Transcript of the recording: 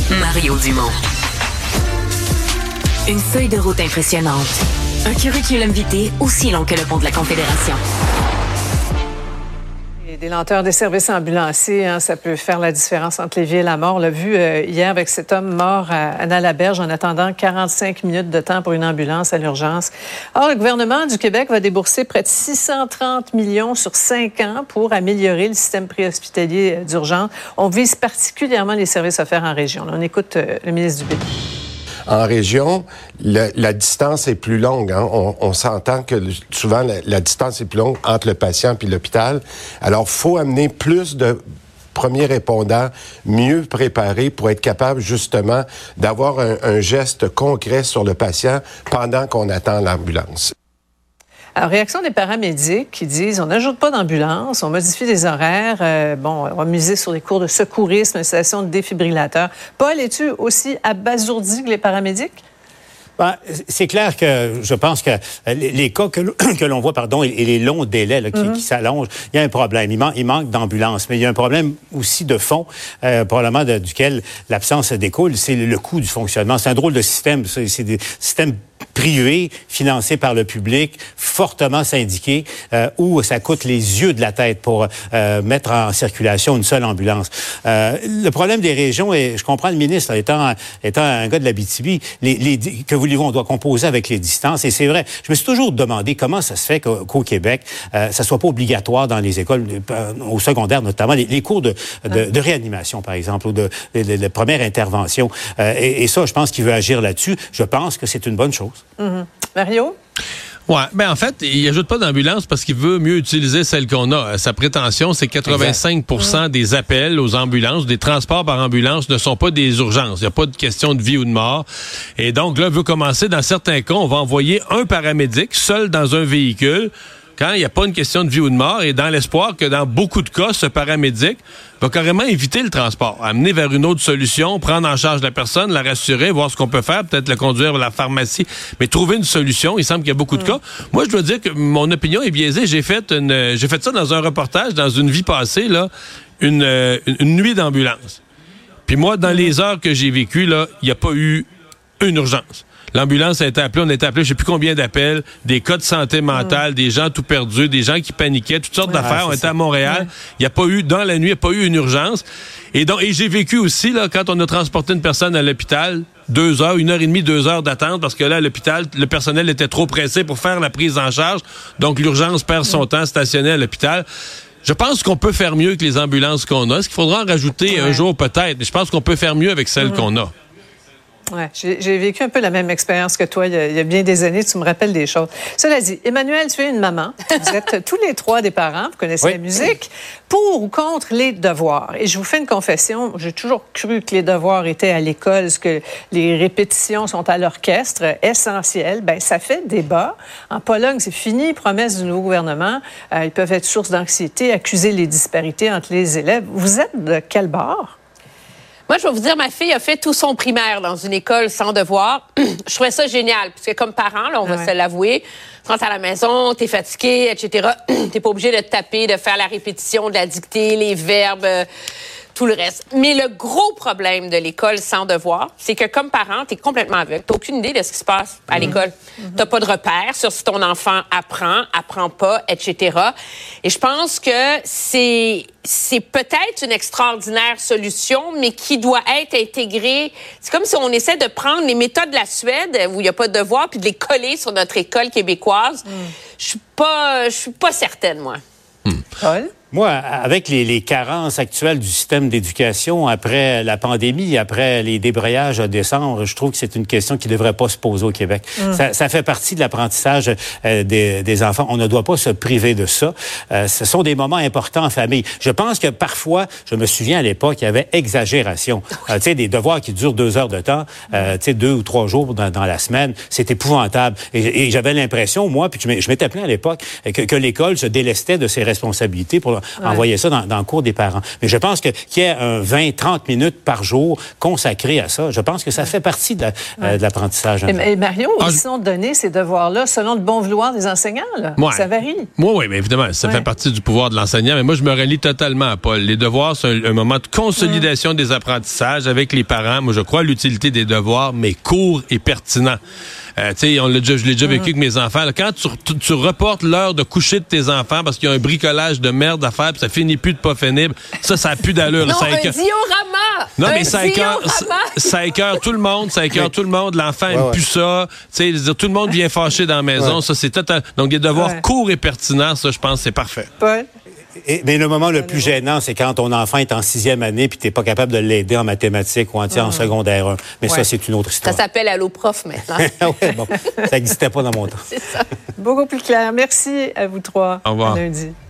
Mario Dumont. Une feuille de route impressionnante. Un curriculum vitae aussi long que le pont de la Confédération. Des lenteurs des services ambulanciers, ça peut faire la différence entre les vies et la mort. On l'a vu hier avec cet homme mort à Anna-la-Berge en attendant 45 minutes de temps pour une ambulance à l'urgence. Or, le gouvernement du Québec va débourser près de 630 millions sur 5 ans pour améliorer le système préhospitalier d'urgence. On vise particulièrement les services offerts en région. Là, on écoute le ministre Dubé. En région, la distance est plus longue. Hein? On s'entend que souvent, la distance est plus longue entre le patient et l'hôpital. Alors, faut amener plus de premiers répondants mieux préparés pour être capable, justement, d'avoir un geste concret sur le patient pendant qu'on attend l'ambulance. Alors, réaction des paramédics qui disent on n'ajoute pas d'ambulance, on modifie les horaires, on va miser sur des cours de secourisme, installation de défibrillateurs. Paul, es-tu aussi abasourdi que les paramédics? C'est clair que je pense que les cas que l'on voit, et les longs délais là, qui s'allongent, il y a un problème. Il manque d'ambulances, mais il y a un problème aussi de fond, probablement duquel l'absence découle, c'est le coût du fonctionnement. C'est un drôle de système. C'est des systèmes privés, financés par le public, fortement syndiqués, où ça coûte les yeux de la tête pour mettre en circulation une seule ambulance. Le problème des régions, et je comprends le ministre, étant un gars de l'Abitibi, que voulez-vous, on doit composer avec les distances, et c'est vrai. Je me suis toujours demandé comment ça se fait qu'au Québec, ça soit pas obligatoire dans les écoles, au secondaire notamment, les cours de réanimation, par exemple, ou de première intervention. Et ça, je pense qu'il veut agir là-dessus. Je pense que c'est une bonne chose. Mm-hmm. Mario? Ouais, ben en fait, il ajoute pas d'ambulance parce qu'il veut mieux utiliser celle qu'on a. Sa prétention, c'est que 85% des appels aux ambulances, des transports par ambulance ne sont pas des urgences. Il n'y a pas de question de vie ou de mort. Et donc là, veut commencer, dans certains cas, on va envoyer un paramédic seul dans un véhicule quand il n'y a pas une question de vie ou de mort, et dans l'espoir que dans beaucoup de cas, ce paramédic va carrément éviter le transport, amener vers une autre solution, prendre en charge la personne, la rassurer, voir ce qu'on peut faire, peut-être le conduire à la pharmacie, mais trouver une solution. Il semble qu'il y a beaucoup de cas. Moi, je dois dire que mon opinion est biaisée. J'ai fait ça dans un reportage, dans une vie passée, là, une nuit d'ambulance. Puis moi, dans les heures que j'ai vécues, là, il n'y a pas eu une urgence. L'ambulance a été appelée, on a été appelé, je sais plus combien d'appels, des cas de santé mentale, des gens tout perdus, des gens qui paniquaient, toutes sortes d'affaires. On était à Montréal. Il n'y a pas eu, dans la nuit, il n'y a pas eu une urgence. Et j'ai vécu aussi, là, quand on a transporté une personne à l'hôpital, 2 heures, 1h30, 2 heures d'attente, parce que là, à l'hôpital, le personnel était trop pressé pour faire la prise en charge. Donc, l'urgence perd son temps stationné à l'hôpital. Je pense qu'on peut faire mieux que les ambulances qu'on a. Est-ce qu'il faudra en rajouter un jour peut-être? Mais je pense qu'on peut faire mieux avec celles qu'on a. Ouais, j'ai vécu un peu la même expérience que toi il y a bien des années. Tu me rappelles des choses. Cela dit, Emmanuel, tu es une maman. Vous êtes tous les trois des parents. Vous connaissez la musique. Pour ou contre les devoirs? Et je vous fais une confession. J'ai toujours cru que les devoirs étaient à l'école, parce que les répétitions sont à l'orchestre, essentielles. Ben, ça fait débat. En Pologne, c'est fini. Promesse du nouveau gouvernement. Ils peuvent être source d'anxiété, accuser les disparités entre les élèves. Vous êtes de quel bord? Moi, je vais vous dire, ma fille a fait tout son primaire dans une école sans devoir. Je trouvais ça génial, parce que comme parent, là, on va se l'avouer, tu rentres à la maison, t'es fatigué, etc. T'es pas obligé de te taper, de faire la répétition, de la dictée, les verbes, tout le reste. Mais le gros problème de l'école sans devoir, c'est que comme parent, t'es complètement aveugle. T'as aucune idée de ce qui se passe à l'école. T'as pas de repères sur si ton enfant apprend pas, etc. Et je pense que c'est peut-être une extraordinaire solution, mais qui doit être intégrée. C'est comme si on essaie de prendre les méthodes de la Suède, où il n'y a pas de devoir, puis de les coller sur notre école québécoise. Je suis pas certaine, moi. Paul? Moi, avec les carences actuelles du système d'éducation après la pandémie, après les débrayages à décembre, je trouve que c'est une question qui ne devrait pas se poser au Québec. Ça fait partie de l'apprentissage des enfants. On ne doit pas se priver de ça. Ce sont des moments importants en famille. Je pense que parfois, je me souviens à l'époque, il y avait exagération. Tu sais, des devoirs qui durent 2 heures de temps, tu sais, 2 ou 3 jours dans la semaine, c'est épouvantable. Et j'avais l'impression, moi, puis je m'étais plaint à l'époque, que l'école se délestait de ses responsabilités pour toujours envoyer ça dans le cours des parents. Mais je pense qu'il y ait 20-30 minutes par jour consacrées à ça. Je pense que ça fait partie de l'apprentissage. Et Mario, ils sont donnés ces devoirs-là selon le bon vouloir des enseignants. Là. Ouais. Ça varie. Oui, mais évidemment, ça fait partie du pouvoir de l'enseignant. Mais moi, je me relie totalement à Paul. Les devoirs, c'est un moment de consolidation des apprentissages avec les parents. Moi, je crois à l'utilité des devoirs, mais courts et pertinents. Tu sais, je l'ai déjà vécu avec mes enfants. Là, quand tu reportes l'heure de coucher de tes enfants parce qu'il y a un bricolage de merde à faire, puis ça finit plus de pas finir, ça a plus d'allure. Non, un diorama! Non, mais ça écœure tout le monde. Ça écœure tout le monde. L'enfant aime plus ça. Tu sais, tout le monde vient fâcher dans la maison. Ça, c'est total. Donc, des devoirs courts et pertinents, ça, je pense, c'est parfait. Paul? Mais le moment le plus gênant, c'est quand ton enfant est en 6e année puis tu n'es pas capable de l'aider en mathématiques ou en secondaire 1. Mais ça, c'est une autre histoire. Ça s'appelle Allo Prof maintenant. Oui, bon, ça n'existait pas dans mon temps. C'est ça. Beaucoup plus clair. Merci à vous trois. Au revoir. À lundi.